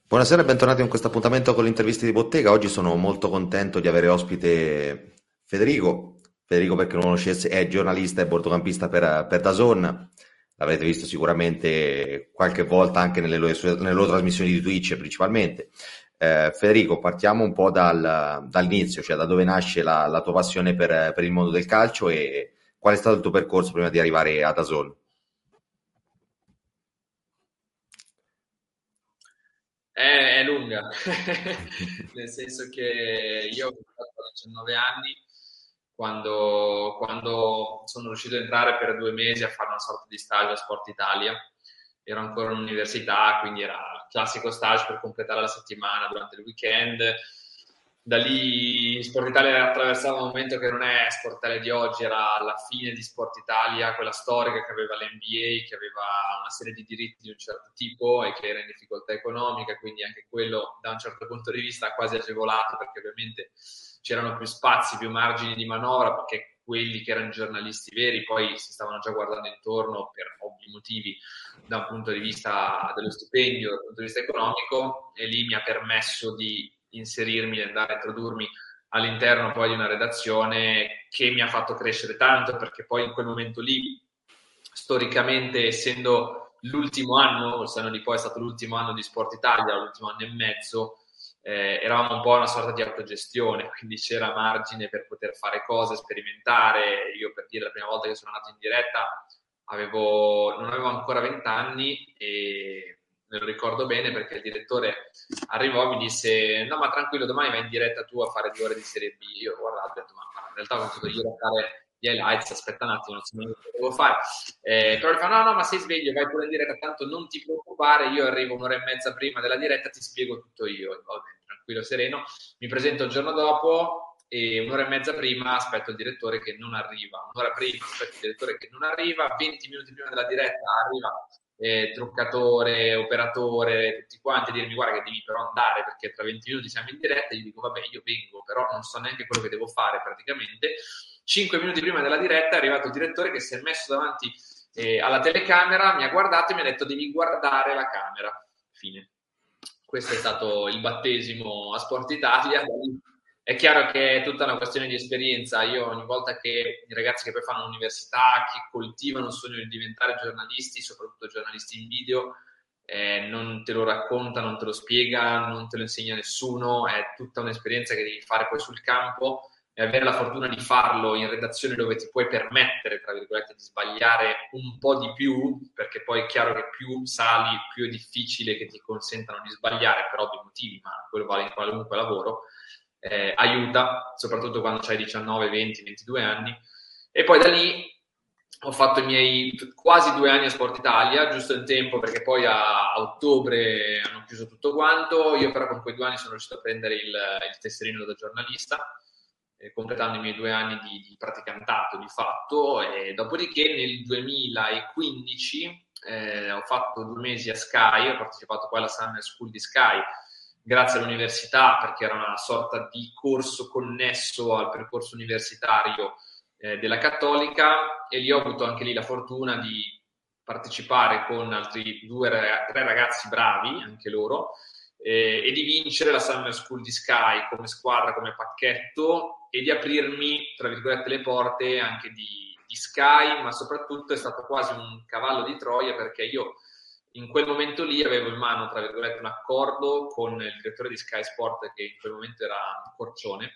Buonasera e bentornati con questo appuntamento con l'intervista di bottega. Oggi sono molto contento di avere ospite Federico. Federico, per chi non lo conoscesse, è giornalista e bordocampista per DAZN. L'avrete visto sicuramente qualche volta anche nelle loro trasmissioni di Twitch principalmente. Federico, partiamo un po' dall'inizio, cioè da dove nasce la tua passione per il mondo del calcio e qual è stato il tuo percorso prima di arrivare a DAZN. È lunga, nel senso che io ho fatto 19 anni quando sono riuscito ad entrare per 2 mesi a fare una sorta di stage a Sport Italia. Ero ancora in università, quindi era il classico stage per completare la settimana durante il weekend. Da lì Sport Italia attraversava un momento che non è Sport Italia di oggi, era la fine di Sport Italia, quella storica che aveva l'NBA, che aveva una serie di diritti di un certo tipo e che era in difficoltà economica, quindi anche quello da un certo punto di vista quasi agevolato, perché ovviamente c'erano più spazi, più margini di manovra, perché quelli che erano giornalisti veri poi si stavano già guardando intorno per ovvi motivi da un punto di vista dello stipendio, dal punto di vista economico, e lì mi ha permesso di inserirmi e andare a introdurmi all'interno poi di una redazione che mi ha fatto crescere tanto, perché poi in quel momento lì, storicamente, essendo l'ultimo anno, il Seno di poi è stato l'ultimo anno di Sport Italia, l'ultimo anno e mezzo, eravamo un po' una sorta di autogestione, quindi c'era margine per poter fare cose, sperimentare. Io, per dire, la prima volta che sono andato in diretta non avevo ancora 20 anni e me lo ricordo bene perché il direttore arrivò e mi disse: no, ma tranquillo, domani vai in diretta tu a fare 2 ore di Serie B. Io ho guardato e ho detto: ma in realtà ho cominciato io a fare gli highlights, aspetta un attimo, non so neanche cosa devo fare. Però lui fa: no, no, ma sei sveglio, vai pure in diretta, tanto non ti preoccupare, io arrivo un'ora e mezza prima della diretta, ti spiego tutto io. Va bene, tranquillo, sereno. Mi presento il giorno dopo e un'ora e mezza prima aspetto il direttore che non arriva, un'ora prima aspetto il direttore che non arriva, 20 minuti prima della diretta arriva truccatore, operatore, tutti quanti a dirmi: guarda che devi però andare perché tra 20 minuti siamo in diretta. Io dico: vabbè, io vengo, però non so neanche quello che devo fare praticamente. 5 minuti prima della diretta è arrivato il direttore che si è messo davanti alla telecamera, mi ha guardato e mi ha detto: devi guardare la camera. Fine. Questo è stato il battesimo a Sport Italia. È chiaro che è tutta una questione di esperienza. Io ogni volta che i ragazzi che poi fanno l'università, che coltivano il sogno di diventare giornalisti, soprattutto giornalisti in video, non te lo racconta, non te lo spiega, non te lo insegna nessuno, è tutta un'esperienza che devi fare poi sul campo e avere la fortuna di farlo in redazione dove ti puoi permettere, tra virgolette, di sbagliare un po' di più, perché poi è chiaro che più sali, più è difficile che ti consentano di sbagliare per ovvi motivi, ma quello vale in qualunque lavoro. Aiuta, soprattutto quando hai 19, 20, 22 anni. E poi da lì ho fatto i miei quasi 2 anni a Sport Italia, giusto in tempo perché poi a ottobre hanno chiuso tutto quanto. Io però con quei 2 anni sono riuscito a prendere il tesserino da giornalista, completando i miei 2 anni di praticantato di fatto. E dopodiché nel 2015 ho fatto 2 mesi a Sky, ho partecipato poi alla Summer School di Sky grazie all'università, perché era una sorta di corso connesso al percorso universitario della Cattolica, e lì ho avuto anche lì la fortuna di partecipare con altri 2 o 3 ragazzi bravi, anche loro, e di vincere la Summer School di Sky come squadra, come pacchetto, e di aprirmi, tra virgolette, le porte anche di Sky, ma soprattutto è stato quasi un cavallo di Troia perché io in quel momento lì avevo in mano, tra virgolette, un accordo con il direttore di Sky Sport, che in quel momento era Corcione,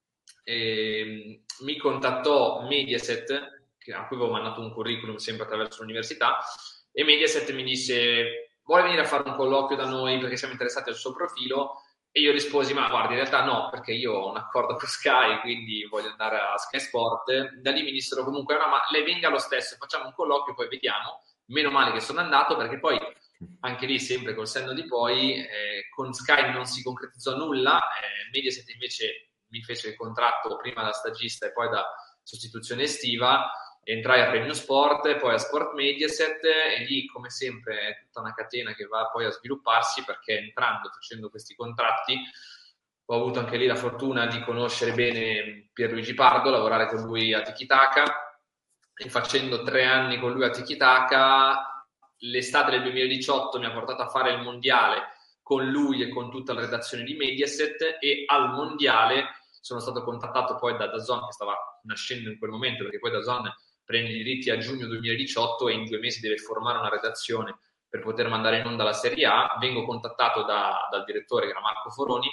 e mi contattò Mediaset, a cui avevo mandato un curriculum sempre attraverso l'università, e Mediaset mi disse: vuole venire a fare un colloquio da noi perché siamo interessati al suo profilo? E io risposi: ma guardi, in realtà no, perché io ho un accordo con Sky, quindi voglio andare a Sky Sport. Da lì mi dissero comunque: no, ma lei venga lo stesso, facciamo un colloquio, poi vediamo. Meno male che sono andato, perché poi anche lì, sempre col senno di poi, con Sky non si concretizzò nulla. Mediaset invece mi fece il contratto prima da stagista e poi da sostituzione estiva. Entrai a Premium Sport, poi a Sport Mediaset, e lì, come sempre, è tutta una catena che va poi a svilupparsi, perché entrando, facendo questi contratti, ho avuto anche lì la fortuna di conoscere bene Pierluigi Pardo, lavorare con lui a Tiki Taka, e facendo 3 anni con lui a Tiki Taka, l'estate del 2018 mi ha portato a fare il mondiale con lui e con tutta la redazione di Mediaset, e al mondiale sono stato contattato poi da DAZN, che stava nascendo in quel momento, perché poi DAZN prende i diritti a giugno 2018 e in 2 mesi deve formare una redazione per poter mandare in onda la Serie A. Vengo contattato dal direttore, che era Marco Foroni,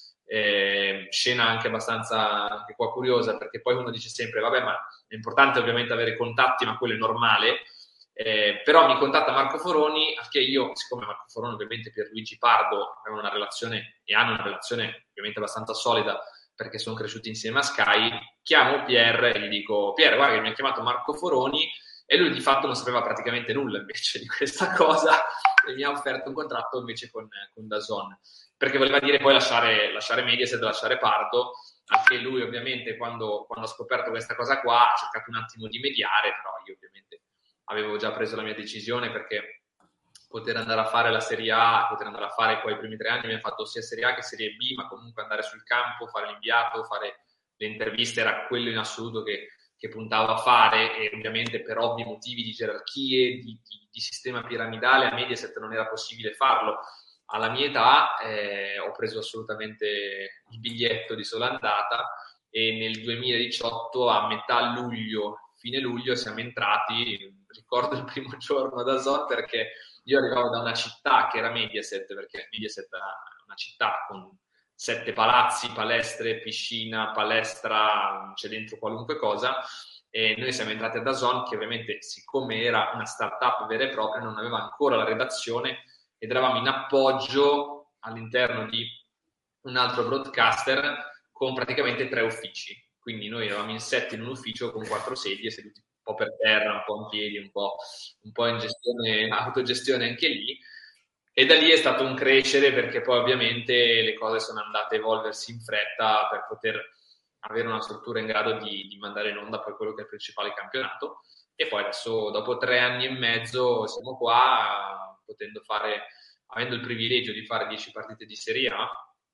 scena anche abbastanza, anche qua curiosa, perché poi uno dice sempre vabbè, ma è importante ovviamente avere contatti, ma quello è normale. Però mi contatta Marco Foroni, che io, siccome Marco Foroni ovviamente per Luigi Pardo avevano una relazione e hanno una relazione ovviamente abbastanza solida, perché sono cresciuti insieme a Sky, chiamo Pierre e gli dico: Pierre, guarda che mi ha chiamato Marco Foroni, e lui di fatto non sapeva praticamente nulla invece di questa cosa, e mi ha offerto un contratto invece con DAZN, perché voleva dire poi lasciare Mediaset, lasciare Pardo. Anche lui ovviamente quando ha scoperto questa cosa qua ha cercato un attimo di mediare, però io ovviamente avevo già preso la mia decisione, perché poter andare a fare la Serie A, poter andare a fare poi i primi 3 anni, mi ha fatto sia Serie A che Serie B, ma comunque andare sul campo, fare l'inviato, fare le interviste era quello in assoluto che puntavo a fare, e ovviamente per ovvi motivi di gerarchie, di sistema piramidale a Mediaset non era possibile farlo. Alla mia età ho preso assolutamente il biglietto di sola andata, e nel 2018 a metà luglio, fine luglio, siamo entrati. Ricordo il primo giorno da DAZN, perché io arrivavo da una città che era Mediaset, perché Mediaset è una città con 7 palazzi, palestre, piscina, palestra, c'è dentro qualunque cosa, e noi siamo entrati a DAZN, che ovviamente, siccome era una startup vera e propria, non aveva ancora la redazione, ed eravamo in appoggio all'interno di un altro broadcaster con praticamente 3 uffici. Quindi noi eravamo in 7 in un ufficio con 4 sedie, seduti un po' per terra, un po' in piedi, un po' in gestione, autogestione anche lì. E da lì è stato un crescere, perché poi ovviamente le cose sono andate a evolversi in fretta per poter avere una struttura in grado di mandare in onda poi quello che è il principale campionato. E poi adesso, dopo 3 anni e mezzo, siamo qua, avendo il privilegio di fare 10 partite di Serie A,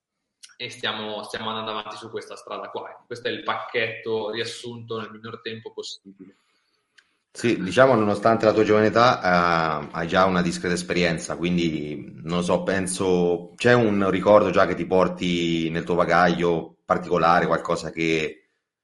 e stiamo andando avanti su questa strada qua. Questo è il pacchetto riassunto nel minor tempo possibile. Sì, diciamo, nonostante la tua giovane età, hai già una discreta esperienza, quindi non lo so, penso c'è un ricordo già che ti porti nel tuo bagaglio particolare, qualcosa che...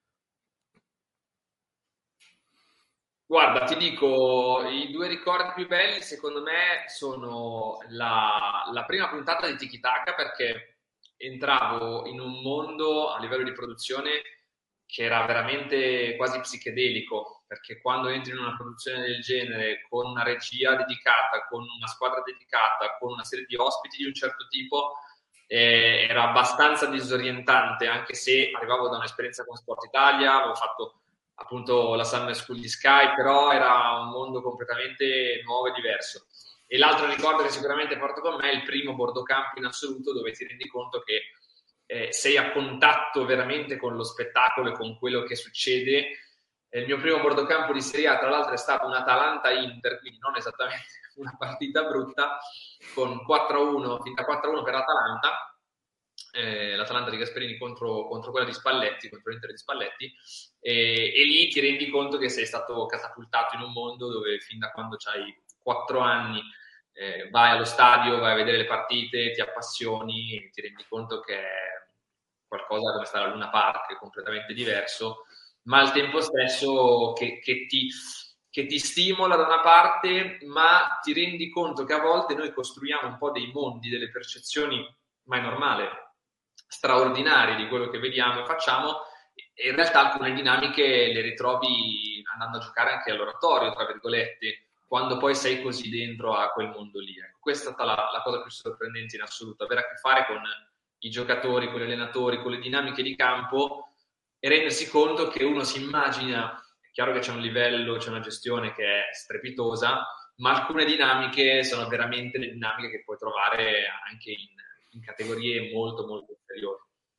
Guarda, ti dico, i 2 ricordi più belli secondo me sono la prima puntata di Tiki Taka, perché entravo in un mondo a livello di produzione che era veramente quasi psichedelico, perché quando entri in una produzione del genere, con una regia dedicata, con una squadra dedicata, con una serie di ospiti di un certo tipo, era abbastanza disorientante, anche se arrivavo da un'esperienza con Sport Italia, avevo fatto appunto la Summer School di Sky, però era un mondo completamente nuovo e diverso. E l'altro ricordo che sicuramente porto con me è il primo bordocampo in assoluto, dove ti rendi conto che sei a contatto veramente con lo spettacolo e con quello che succede. Il mio primo bordocampo di Serie A, tra l'altro, è stato un Atalanta-Inter, quindi non esattamente una partita brutta, con 4-1, finta 4-1 per l'Atalanta, l'Atalanta di Gasperini contro quella di Spalletti, contro l'Inter di Spalletti, e lì ti rendi conto che sei stato catapultato in un mondo dove fin da quando hai 4 anni vai allo stadio, vai a vedere le partite, ti appassioni, ti rendi conto che è qualcosa come stare a Luna Park, è completamente diverso, ma al tempo stesso che ti stimola da una parte, ma ti rendi conto che a volte noi costruiamo un po' dei mondi, delle percezioni, ma è normale, straordinari di quello che vediamo e facciamo, e in realtà alcune dinamiche le ritrovi andando a giocare anche all'oratorio, tra virgolette, quando poi sei così dentro a quel mondo lì. Ecco, questa è stata la cosa più sorprendente in assoluto, avere a che fare con i giocatori, con gli allenatori, con le dinamiche di campo, e rendersi conto che uno si immagina, è chiaro che c'è un livello, c'è una gestione che è strepitosa, ma alcune dinamiche sono veramente le dinamiche che puoi trovare anche in categorie molto molto inferiori.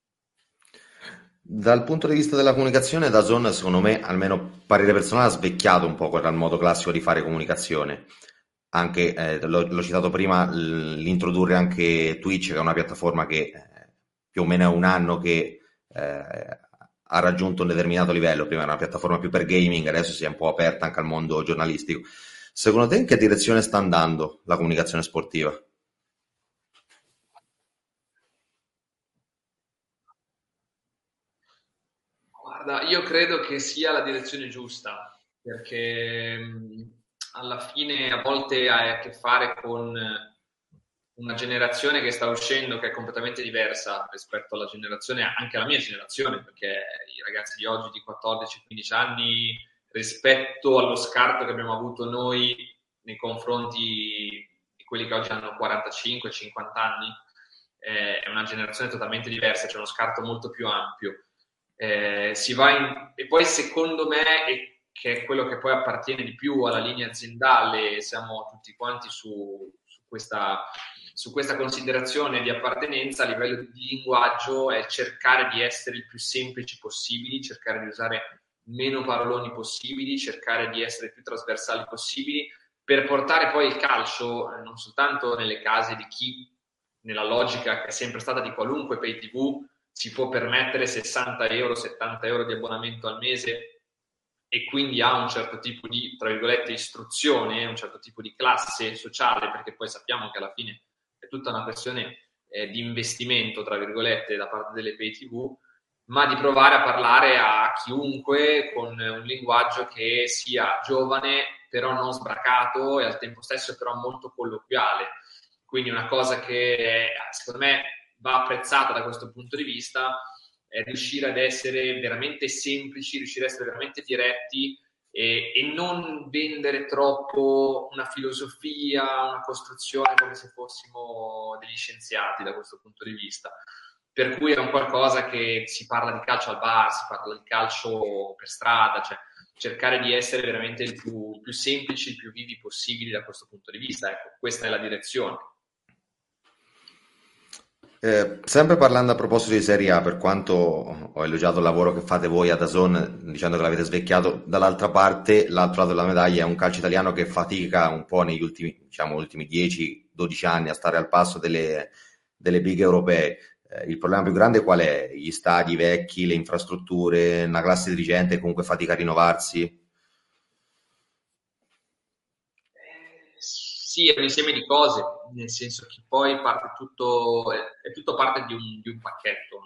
Dal punto di vista della comunicazione, DAZN, secondo me, almeno parere personale, ha svecchiato un po' quel modo classico di fare comunicazione. Anche, l'ho citato prima, l'introdurre anche Twitch, che è una piattaforma che più o meno è un anno che ha raggiunto un determinato livello. Prima era una piattaforma più per gaming, adesso si è un po' aperta anche al mondo giornalistico. Secondo te in che direzione sta andando la comunicazione sportiva? Guarda, io credo che sia la direzione giusta, perché alla fine a volte hai a che fare con una generazione che sta uscendo che è completamente diversa rispetto alla generazione, anche alla mia generazione, perché i ragazzi di oggi di 14-15 anni rispetto allo scarto che abbiamo avuto noi nei confronti di quelli che oggi hanno 45-50 anni, è una generazione totalmente diversa, c'è uno scarto molto più ampio. E poi secondo me, e che è quello che poi appartiene di più alla linea aziendale, siamo tutti quanti su questa considerazione di appartenenza a livello di linguaggio, è cercare di essere il più semplici possibili, cercare di usare meno paroloni possibili, cercare di essere più trasversali possibili, per portare poi il calcio non soltanto nelle case di chi, nella logica che è sempre stata di qualunque pay TV, si può permettere 60 euro, 70 euro di abbonamento al mese e quindi ha un certo tipo di, tra virgolette, istruzione, un certo tipo di classe sociale, perché poi sappiamo che alla fine è tutta una questione di investimento, tra virgolette, da parte delle pay TV, ma di provare a parlare a chiunque con un linguaggio che sia giovane, però non sbracato e al tempo stesso però molto colloquiale. Quindi una cosa che secondo me va apprezzata da questo punto di vista è riuscire ad essere veramente semplici, riuscire ad essere veramente diretti e non vendere troppo una filosofia, una costruzione come se fossimo degli scienziati da questo punto di vista. Per cui è un qualcosa che si parla di calcio al bar, si parla di calcio per strada, cioè cercare di essere veramente il più semplici, il più vivi possibili da questo punto di vista. Ecco, questa è la direzione. Sempre parlando a proposito di Serie A, per quanto ho elogiato il lavoro che fate voi a DAZN dicendo che l'avete svecchiato, dall'altra parte, l'altro lato della medaglia è un calcio italiano che fatica un po' negli ultimi, diciamo, ultimi 10-12 anni a stare al passo delle big europee. Il problema più grande qual è? Gli stadi vecchi, le infrastrutture, una classe dirigente che comunque fatica a rinnovarsi? Sì, è un insieme di cose, nel senso che poi parte tutto, è tutto parte di un pacchetto.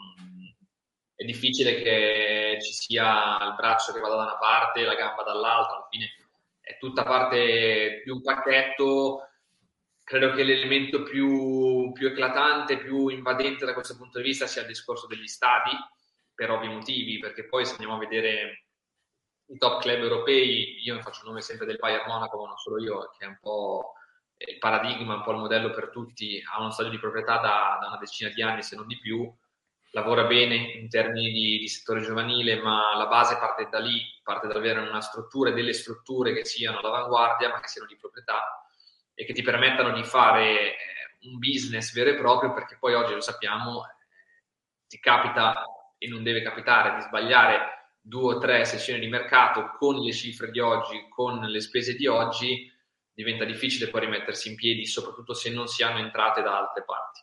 È difficile che ci sia il braccio che vada da una parte e la gamba dall'altra, alla fine è tutta parte di un pacchetto. Credo che l'elemento più eclatante, più invadente da questo punto di vista sia il discorso degli stadi, per ovvi motivi, perché poi se andiamo a vedere i top club europei, io faccio il nome sempre del Bayern Monaco, ma non solo io, che è un po' il paradigma, un po' il modello per tutti, ha uno stadio di proprietà da una decina di anni, se non di più, lavora bene in termini di settore giovanile, ma la base parte da lì, parte da avere una struttura e delle strutture che siano all'avanguardia, ma che siano di proprietà e che ti permettano di fare un business vero e proprio, perché poi oggi lo sappiamo, ti capita e non deve capitare di sbagliare 2 o 3 sessioni di mercato con le cifre di oggi, con le spese di oggi, diventa difficile poi rimettersi in piedi, soprattutto se non si hanno entrate da altre parti.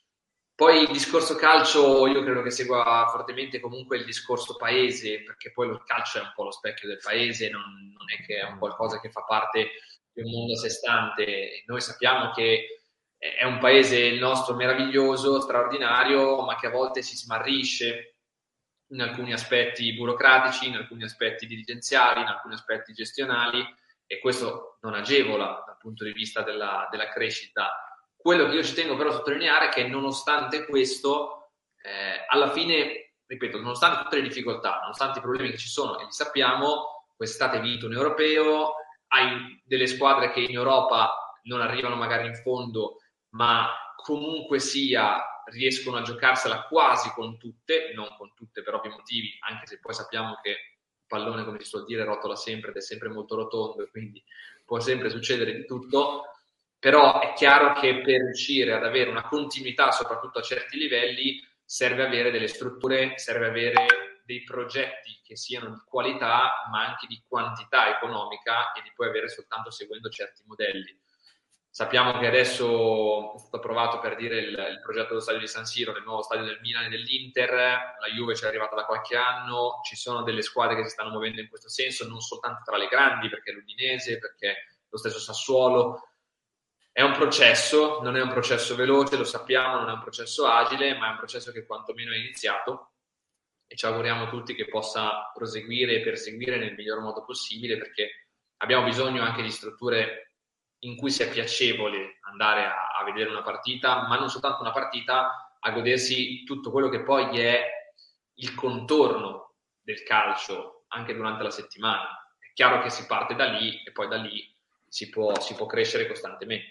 Poi il discorso calcio io credo che segua fortemente comunque il discorso paese, perché poi il calcio è un po' lo specchio del paese, non è che è un qualcosa che fa parte di un mondo a sé stante. Noi sappiamo che è un paese, il nostro, meraviglioso, straordinario, ma che a volte si smarrisce in alcuni aspetti burocratici, in alcuni aspetti dirigenziali, in alcuni aspetti gestionali, e questo non agevola dal punto di vista della crescita. Quello che io ci tengo però a sottolineare è che nonostante questo, alla fine, ripeto, nonostante tutte le difficoltà, nonostante i problemi che ci sono, e li sappiamo, quest'estate hai vinto un europeo, hai delle squadre che in Europa non arrivano magari in fondo, ma comunque sia riescono a giocarsela quasi con tutte, non con tutte per ovvi motivi, anche se poi sappiamo che il pallone, come si suol dire, rotola sempre ed è sempre molto rotondo e quindi può sempre succedere di tutto, però è chiaro che per riuscire ad avere una continuità, soprattutto a certi livelli, serve avere delle strutture, serve avere dei progetti che siano di qualità, ma anche di quantità economica e di poi avere soltanto seguendo certi modelli. Sappiamo che adesso è stato approvato, per dire, il progetto dello stadio di San Siro, del nuovo stadio del Milan e dell'Inter, la Juve ci è arrivata da qualche anno, ci sono delle squadre che si stanno muovendo in questo senso, non soltanto tra le grandi, perché l'Udinese, perché lo stesso Sassuolo. È un processo, non è un processo veloce, lo sappiamo, non è un processo agile, ma è un processo che quantomeno è iniziato e ci auguriamo tutti che possa proseguire e perseguire nel miglior modo possibile, perché abbiamo bisogno anche di strutture in cui sia piacevole andare a vedere una partita, ma non soltanto una partita, a godersi tutto quello che poi è il contorno del calcio anche durante la settimana. È chiaro che si parte da lì e poi da lì si può crescere costantemente.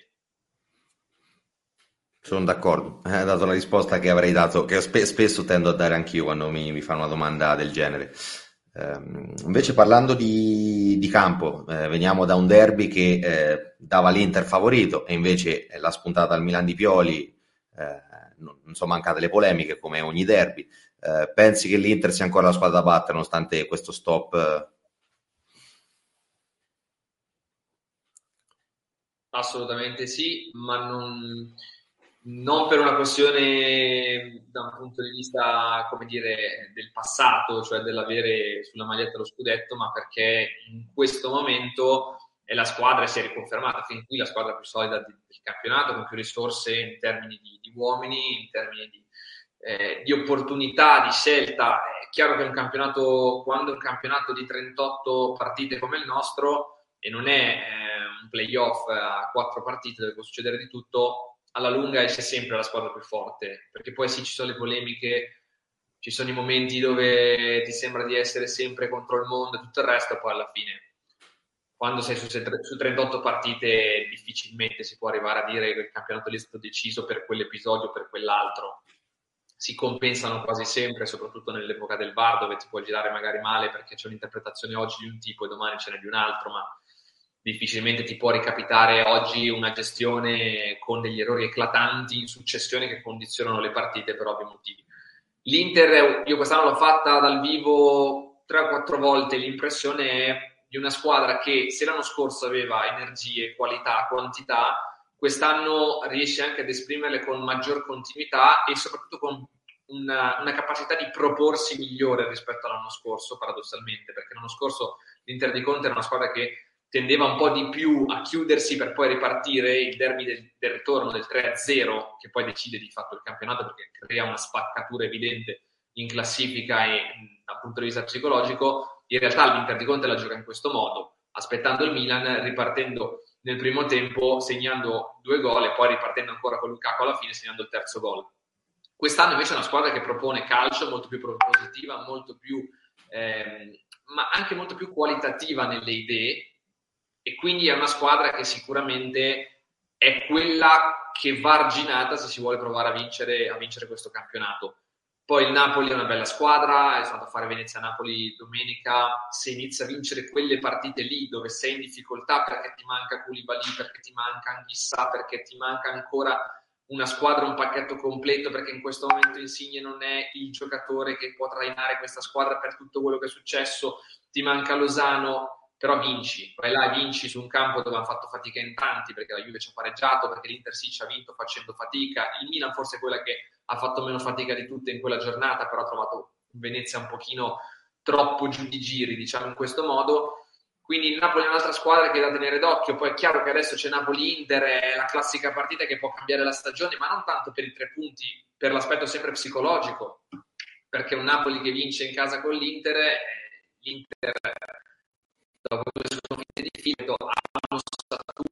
Sono d'accordo, hai dato la risposta che avrei dato, che spesso tendo a dare anch'io quando mi fanno una domanda del genere. Invece parlando di campo, veniamo da un derby che dava l'Inter favorito e invece la spuntata al Milan di Pioli, non sono mancate le polemiche come ogni derby. Pensi che l'Inter sia ancora la squadra da battere nonostante questo stop? Assolutamente sì, ma non per una questione da un punto di vista, come dire, del passato, cioè dell'avere sulla maglietta lo scudetto, ma perché in questo momento è la squadra e si è riconfermata fin qui la squadra più solida del campionato, con più risorse in termini di uomini, in termini di opportunità, di scelta. È chiaro che un campionato, quando un campionato di 38 partite come il nostro, e non è un playoff a 4 partite dove può succedere di tutto, alla lunga esce sempre la squadra più forte, perché poi sì, ci sono le polemiche, ci sono i momenti dove ti sembra di essere sempre contro il mondo e tutto il resto, poi alla fine, quando sei su 38 partite, difficilmente si può arrivare a dire che il campionato lì è stato deciso per quell'episodio o per quell'altro. Si compensano quasi sempre, soprattutto nell'epoca del VAR, dove ti puoi girare magari male perché c'è un'interpretazione oggi di un tipo e domani ce n'è di un altro, ma difficilmente ti può ricapitare oggi una gestione con degli errori eclatanti in successione che condizionano le partite per ovvi motivi. L'Inter, io quest'anno l'ho fatta dal vivo 3 o 4 volte, l'impressione è di una squadra che se l'anno scorso aveva energie, qualità, quantità, quest'anno riesce anche ad esprimerle con maggior continuità e soprattutto con una capacità di proporsi migliore rispetto all'anno scorso, paradossalmente, perché l'anno scorso l'Inter di Conte era una squadra che tendeva un po' di più a chiudersi per poi ripartire. Il derby del ritorno del 3-0, che poi decide di fatto il campionato perché crea una spaccatura evidente in classifica e dal punto di vista psicologico, in realtà l'Inter di Conte la gioca in questo modo, aspettando il Milan, ripartendo nel primo tempo, segnando 2 gol e poi ripartendo ancora con Lukaku alla fine, segnando il terzo gol. Quest'anno invece è una squadra che propone calcio molto più propositiva, molto più ma anche molto più qualitativa nelle idee, e quindi è una squadra che sicuramente è quella che va arginata se si vuole provare a vincere questo campionato. Poi il Napoli è una bella squadra, è stato a fare Venezia-Napoli domenica, se inizia a vincere quelle partite lì dove sei in difficoltà perché ti manca Koulibaly, perché ti manca Anghissà, perché ti manca ancora una squadra, un pacchetto completo, perché in questo momento Insigne non è il giocatore che può trainare questa squadra per tutto quello che è successo, ti manca Lozano, però vinci, vai là e vinci su un campo dove hanno fatto fatica in tanti, perché la Juve ci ha pareggiato, perché l'Inter sì ci ha vinto facendo fatica, il Milan forse è quella che ha fatto meno fatica di tutte in quella giornata, però ha trovato Venezia un pochino troppo giù di giri, diciamo in questo modo. Quindi il Napoli è un'altra squadra che è da tenere d'occhio. Poi è chiaro che adesso c'è Napoli-Inter, è la classica partita che può cambiare la stagione, ma non tanto per i 3 punti, per l'aspetto sempre psicologico, perché un Napoli che vince in casa con l'Inter, l'Inter dopo 2 sconfitte di filo ha un'ossatura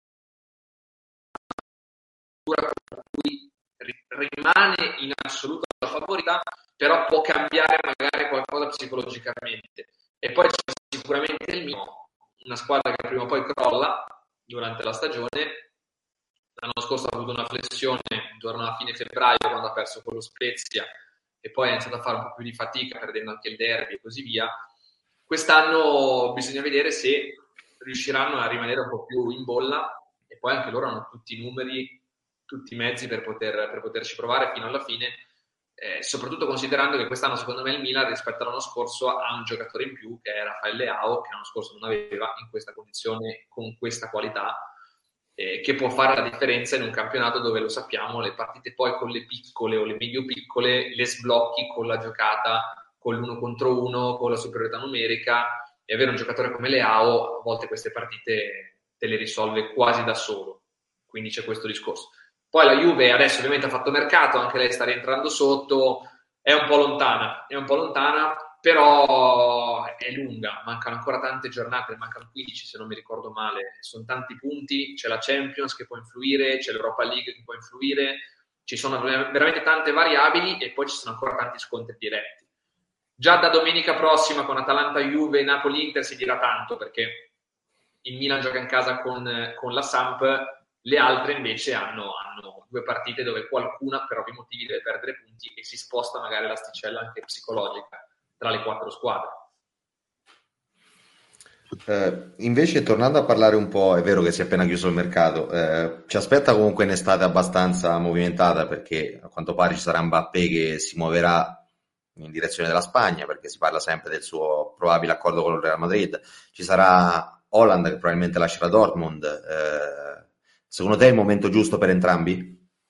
per cui rimane in assoluto la favorita, però può cambiare magari qualcosa psicologicamente. E poi c'è sicuramente il Milan, una squadra che prima o poi crolla durante la stagione. L'anno scorso ha avuto una flessione intorno alla fine febbraio, quando ha perso con lo Spezia, e poi ha iniziato a fare un po' più di fatica, perdendo anche il derby e così via. Quest'anno bisogna vedere se riusciranno a rimanere un po' più in bolla, e poi anche loro hanno tutti i numeri, tutti i mezzi per poterci provare fino alla fine, soprattutto considerando che quest'anno secondo me il Milan rispetto all'anno scorso ha un giocatore in più che è Rafael Leao, che l'anno scorso non aveva in questa condizione, con questa qualità, che può fare la differenza in un campionato dove, lo sappiamo, le partite poi con le piccole o le medio piccole le sblocchi con la giocata, con l'1 contro 1, con la superiorità numerica, e avere un giocatore come Leao a volte queste partite te le risolve quasi da solo, quindi c'è questo discorso. Poi la Juve adesso ovviamente ha fatto mercato, anche lei sta rientrando sotto, è un po' lontana, però è lunga, mancano ancora tante giornate, mancano 15 se non mi ricordo male, sono tanti punti, c'è la Champions che può influire, c'è l'Europa League che può influire, ci sono veramente tante variabili e poi ci sono ancora tanti scontri diretti. Già da domenica prossima con Atalanta, Juve, Napoli, Inter si dirà tanto perché il Milan gioca in casa con la Samp, le altre invece hanno due partite dove qualcuna per ovvi motivi deve perdere punti e si sposta magari l'asticella anche psicologica tra le 4 squadre. Invece, tornando a parlare un po', è vero che si è appena chiuso il mercato, ci aspetta comunque un'estate abbastanza movimentata perché a quanto pare ci sarà Mbappé che si muoverà in direzione della Spagna perché si parla sempre del suo probabile accordo con il Real Madrid, ci sarà Haaland che probabilmente lascerà Dortmund. Secondo te è il momento giusto per entrambi?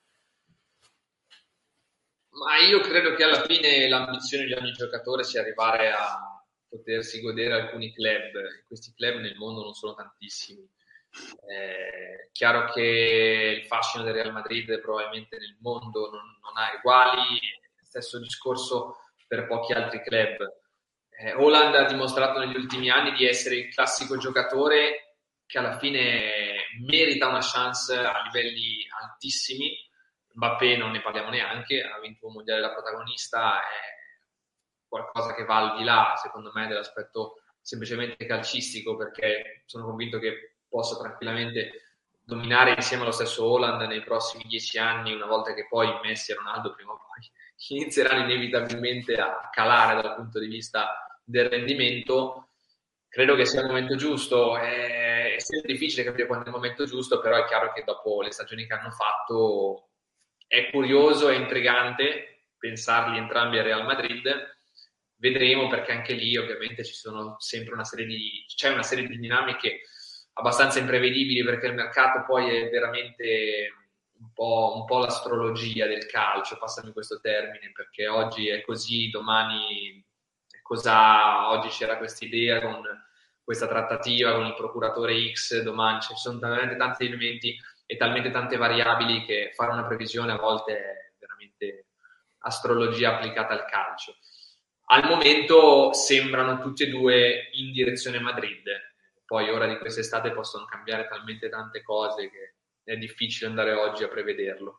Ma io credo che alla fine l'ambizione di ogni giocatore sia arrivare a potersi godere alcuni club. Questi club nel mondo non sono tantissimi. È chiaro che il fascino del Real Madrid probabilmente nel mondo non ha uguali, stesso discorso per pochi altri club. Haaland ha dimostrato negli ultimi anni di essere il classico giocatore che alla fine merita una chance a livelli altissimi. Mbappé non ne parliamo neanche, ha vinto un mondiale da protagonista, è qualcosa che va al di là, secondo me, dell'aspetto semplicemente calcistico, perché sono convinto che possa tranquillamente dominare insieme allo stesso Haaland nei prossimi 10 anni, una volta che poi Messi e Ronaldo prima o poi inizieranno inevitabilmente a calare dal punto di vista del rendimento. Credo che sia il momento giusto, è sempre difficile capire quando è il momento giusto, però è chiaro che dopo le stagioni che hanno fatto è curioso e intrigante pensarli entrambi al Real Madrid. Vedremo, perché anche lì ovviamente c'è una serie di dinamiche abbastanza imprevedibili, perché il mercato poi è veramente un po' l'astrologia del calcio, passami questo termine, perché oggi è così, domani è cos'ha, oggi c'era questa idea con questa trattativa con il procuratore X, domani ci sono veramente tanti elementi e talmente tante variabili che fare una previsione a volte è veramente astrologia applicata al calcio. Al momento sembrano tutti e due in direzione Madrid, poi ora di quest'estate possono cambiare talmente tante cose che è difficile andare oggi a prevederlo.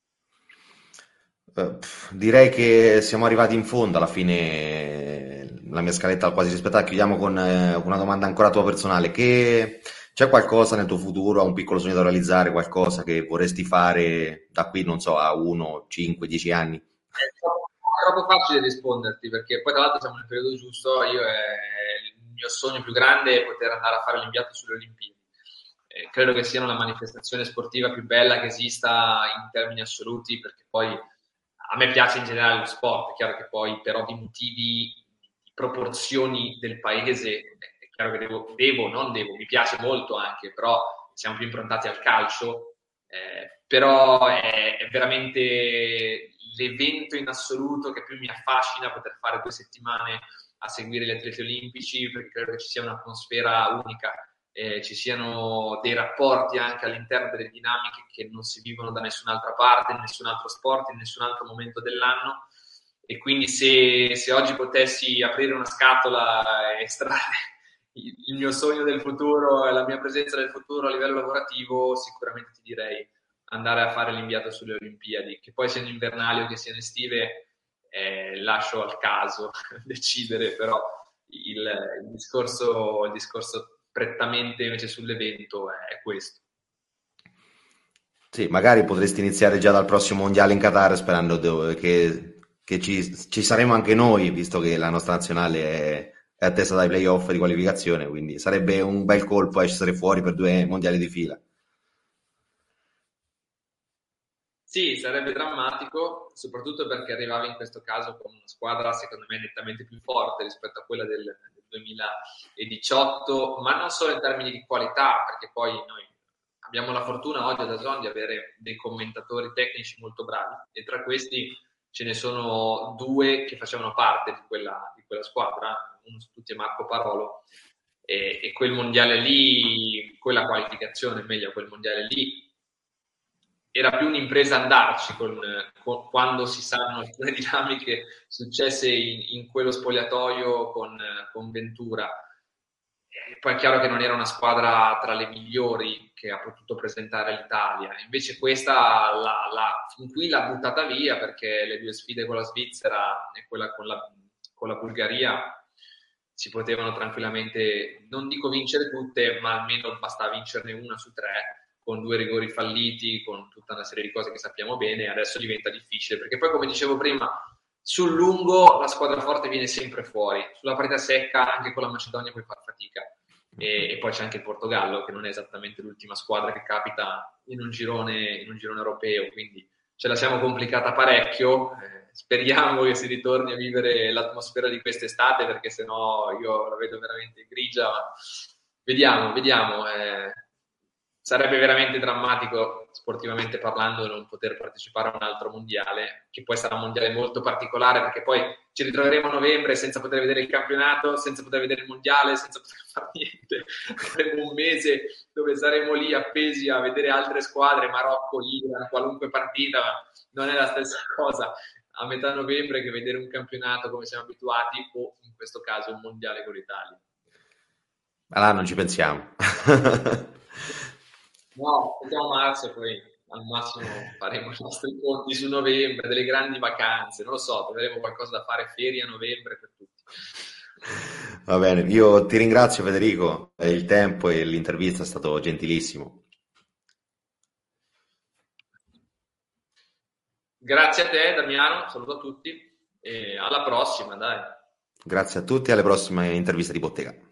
Direi che siamo arrivati in fondo alla fine, la mia scaletta l'ho quasi rispettata. Chiudiamo con una domanda ancora tua personale. C'è qualcosa nel tuo futuro, un piccolo sogno da realizzare, qualcosa che vorresti fare da qui, non so, a 1, 5, 10 anni? È troppo facile risponderti perché poi tra l'altro siamo nel periodo giusto. Il mio sogno più grande è poter andare a fare l'inviato sulle Olimpiadi. Credo che siano la manifestazione sportiva più bella che esista in termini assoluti, perché poi a me piace in generale lo sport. È chiaro che poi per ovvi motivi di proporzioni del paese è chiaro che mi piace molto anche, però siamo più improntati al calcio. Però è veramente l'evento in assoluto che più mi affascina, poter fare 2 settimane a seguire gli atleti olimpici, perché credo che ci sia un'atmosfera unica, ci siano dei rapporti anche all'interno delle dinamiche che non si vivono da nessun'altra parte, in nessun altro sport, in nessun altro momento dell'anno. E quindi se oggi potessi aprire una scatola e estrarre il mio sogno del futuro e la mia presenza del futuro a livello lavorativo, sicuramente ti direi andare a fare l'inviato sulle Olimpiadi, che poi siano invernali o che siano estive, lascio al caso decidere, però il discorso prettamente invece sull'evento è questo. Sì, magari potresti iniziare già dal prossimo mondiale in Qatar sperando che ci saremo anche noi, visto che la nostra nazionale è attesa dai playoff di qualificazione, quindi sarebbe un bel colpo essere fuori per 2 mondiali di fila. Sì, sarebbe drammatico, soprattutto perché arrivavi in questo caso con una squadra secondo me nettamente più forte rispetto a quella del 2018, ma non solo in termini di qualità, perché poi noi abbiamo la fortuna oggi ad DAZN di avere dei commentatori tecnici molto bravi e tra questi ce ne sono due che facevano parte di quella squadra, uno su tutti è Marco Parolo, e quel mondiale lì, quella qualificazione, meglio quel mondiale lì, era più un'impresa andarci quando si sanno alcune dinamiche successe in quello spogliatoio con Ventura. E poi è chiaro che non era una squadra tra le migliori che ha potuto presentare l'Italia, invece questa fin qui l'ha buttata via, perché le due sfide con la Svizzera e quella con la Bulgaria si potevano tranquillamente, non dico vincere tutte, ma almeno bastava vincerne una su tre, con 2 rigori falliti, con tutta una serie di cose che sappiamo bene. Adesso diventa difficile, perché poi, come dicevo prima, sul lungo la squadra forte viene sempre fuori, sulla partita secca anche con la Macedonia puoi far fatica. E poi c'è anche il Portogallo, che non è esattamente l'ultima squadra che capita in un girone europeo, quindi ce la siamo complicata parecchio. Speriamo che si ritorni a vivere l'atmosfera di quest'estate, perché sennò io la vedo veramente grigia. Ma vediamo. Sarebbe veramente drammatico, sportivamente parlando, non poter partecipare a un altro mondiale, che poi sarà un mondiale molto particolare, perché poi ci ritroveremo a novembre senza poter vedere il campionato, senza poter vedere il mondiale, senza poter fare niente. Avremo un mese dove saremo lì appesi a vedere altre squadre, Marocco, Iran, qualunque partita, ma non è la stessa cosa a metà novembre che vedere un campionato come siamo abituati, o in questo caso un mondiale con l'Italia. Allora non ci pensiamo. No, vediamo marzo e poi al massimo faremo i nostri conti su novembre, delle grandi vacanze, non lo so, troveremo qualcosa da fare, ferie a novembre per tutti. Va bene, io ti ringrazio Federico, il tempo e l'intervista è stato gentilissimo. Grazie a te, Damiano, saluto a tutti e alla prossima, dai. Grazie a tutti e alle prossime interviste di bottega.